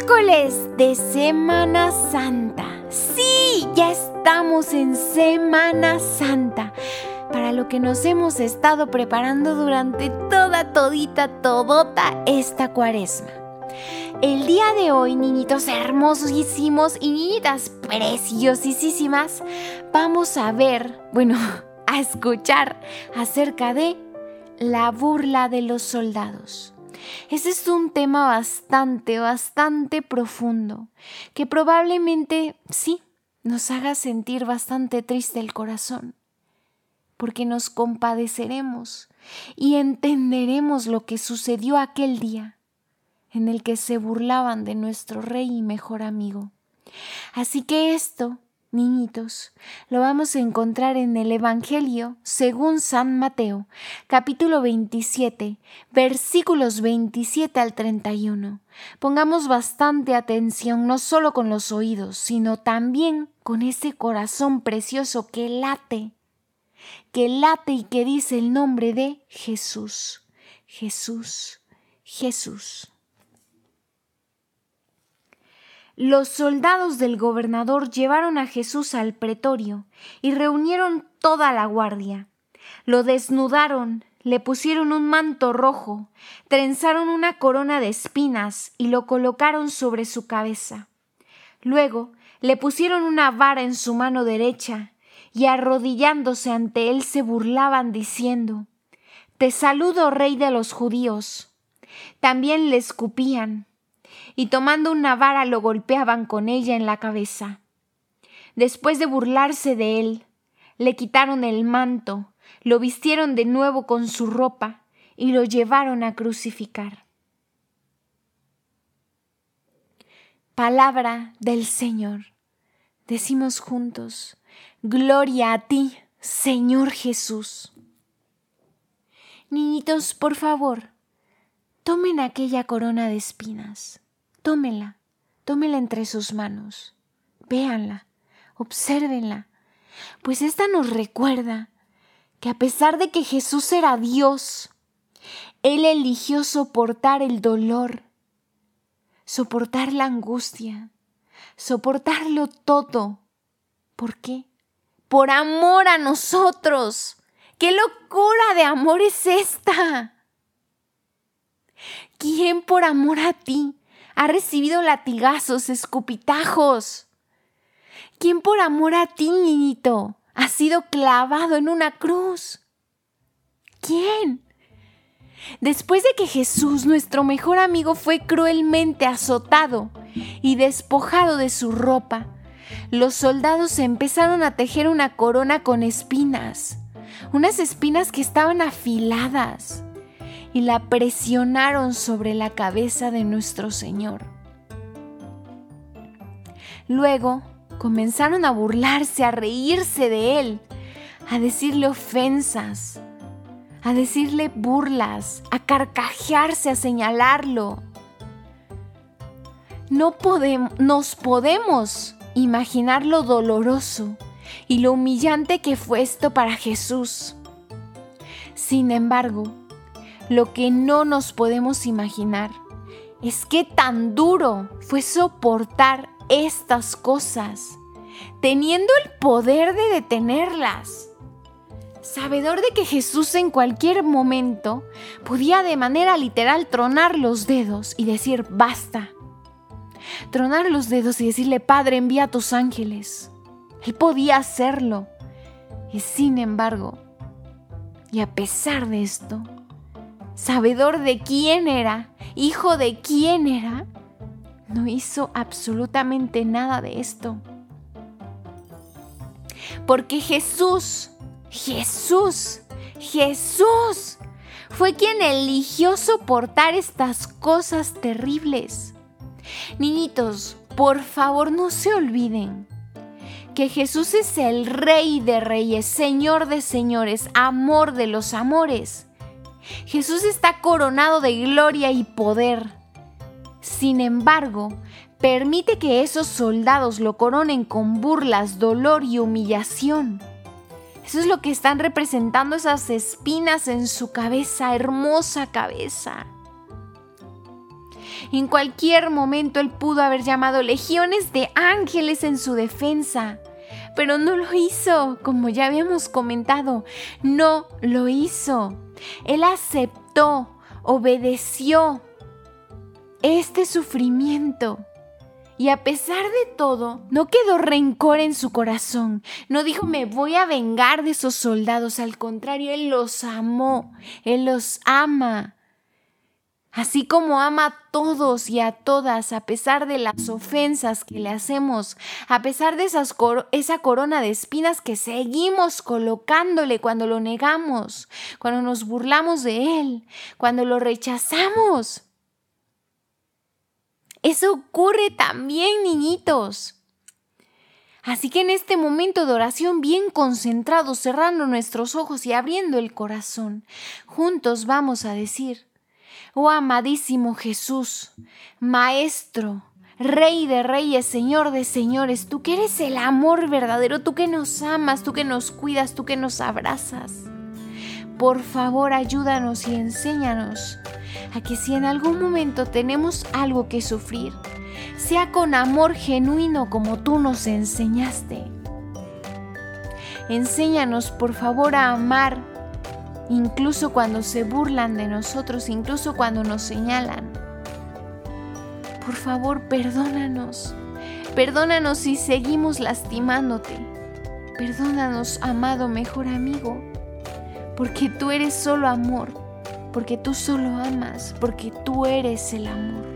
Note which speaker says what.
Speaker 1: Miércoles de Semana Santa. Sí, ya estamos en Semana Santa, para lo que nos hemos estado preparando durante todota esta cuaresma. El día de hoy, niñitos hermosísimos y niñitas preciosísimas, vamos a escuchar acerca de la burla de los soldados. Ese es un tema bastante profundo, que probablemente sí nos haga sentir bastante triste el corazón, porque nos compadeceremos y entenderemos lo que sucedió aquel día en el que se burlaban de nuestro rey y mejor amigo. Así que esto, niñitos, lo vamos a encontrar en el Evangelio según San Mateo, capítulo 27, versículos 27 al 31. Pongamos bastante atención, no solo con los oídos, sino también con ese corazón precioso que late y que dice el nombre de Jesús. Jesús. Los soldados del gobernador llevaron a Jesús al pretorio y reunieron toda la guardia. Lo desnudaron, le pusieron un manto rojo, trenzaron una corona de espinas y lo colocaron sobre su cabeza. Luego le pusieron una vara en su mano derecha y arrodillándose ante él se burlaban diciendo: «Te saludo, rey de los judíos». También le escupían y tomando una vara lo golpeaban con ella en la cabeza. Después de burlarse de él, le quitaron el manto, lo vistieron de nuevo con su ropa y lo llevaron a crucificar. Palabra del Señor. Decimos juntos: Gloria a ti, Señor Jesús. Niñitos, por favor, tomen aquella corona de espinas. Tómenla entre sus manos. Véanla, obsérvenla, pues esta nos recuerda que a pesar de que Jesús era Dios, Él eligió soportar el dolor, soportar la angustia, soportarlo todo. ¿Por qué? Por amor a nosotros. ¡Qué locura de amor es esta! ¿Quién por amor a ti ha recibido latigazos, escupitajos? ¿Quién por amor a ti, niñito, ha sido clavado en una cruz? ¿Quién? Después de que Jesús, nuestro mejor amigo, fue cruelmente azotado y despojado de su ropa, los soldados empezaron a tejer una corona con espinas, unas espinas que estaban afiladas, y la presionaron sobre la cabeza de nuestro Señor. Luego comenzaron a burlarse, a reírse de Él, a decirle ofensas, a decirle burlas, a carcajearse, a señalarlo. Nos podemos imaginar lo doloroso y lo humillante que fue esto para Jesús. Sin embargo, lo que no nos podemos imaginar es qué tan duro fue soportar estas cosas, teniendo el poder de detenerlas. Sabedor de que Jesús en cualquier momento podía de manera literal tronar los dedos y decir basta. Tronar los dedos y decirle: Padre, envía a tus ángeles. Él podía hacerlo. Y sin embargo, y a pesar de esto, sabedor de quién era, hijo de quién era, no hizo absolutamente nada de esto. Porque Jesús fue quien eligió soportar estas cosas terribles. Niñitos, por favor, no se olviden que Jesús es el Rey de Reyes, Señor de Señores, amor de los amores. Jesús está coronado de gloria y poder. Sin embargo, permite que esos soldados lo coronen con burlas, dolor y humillación. Eso es lo que están representando esas espinas en su cabeza, hermosa cabeza. En cualquier momento Él pudo haber llamado legiones de ángeles en su defensa, pero no lo hizo, como ya habíamos comentado, no lo hizo. Él aceptó, obedeció este sufrimiento. Y a pesar de todo, no quedó rencor en su corazón. No dijo, me voy a vengar de esos soldados. Al contrario, Él los amó. Él los ama. Así como ama a todos y a todas, a pesar de las ofensas que le hacemos, a pesar de esa corona de espinas que seguimos colocándole cuando lo negamos, cuando nos burlamos de Él, cuando lo rechazamos. Eso ocurre también, niñitos. Así que en este momento de oración, bien concentrados, cerrando nuestros ojos y abriendo el corazón, juntos vamos a decir: oh amadísimo Jesús, Maestro, Rey de reyes, Señor de señores, tú que eres el amor verdadero, tú que nos amas, tú que nos cuidas, tú que nos abrazas. Por favor, ayúdanos y enséñanos a que si en algún momento tenemos algo que sufrir, sea con amor genuino como tú nos enseñaste. Enséñanos, por favor, a amar, incluso cuando se burlan de nosotros, incluso cuando nos señalan. Por favor, perdónanos. Perdónanos si seguimos lastimándote. Perdónanos, amado mejor amigo, porque tú eres solo amor, porque tú solo amas, porque tú eres el amor.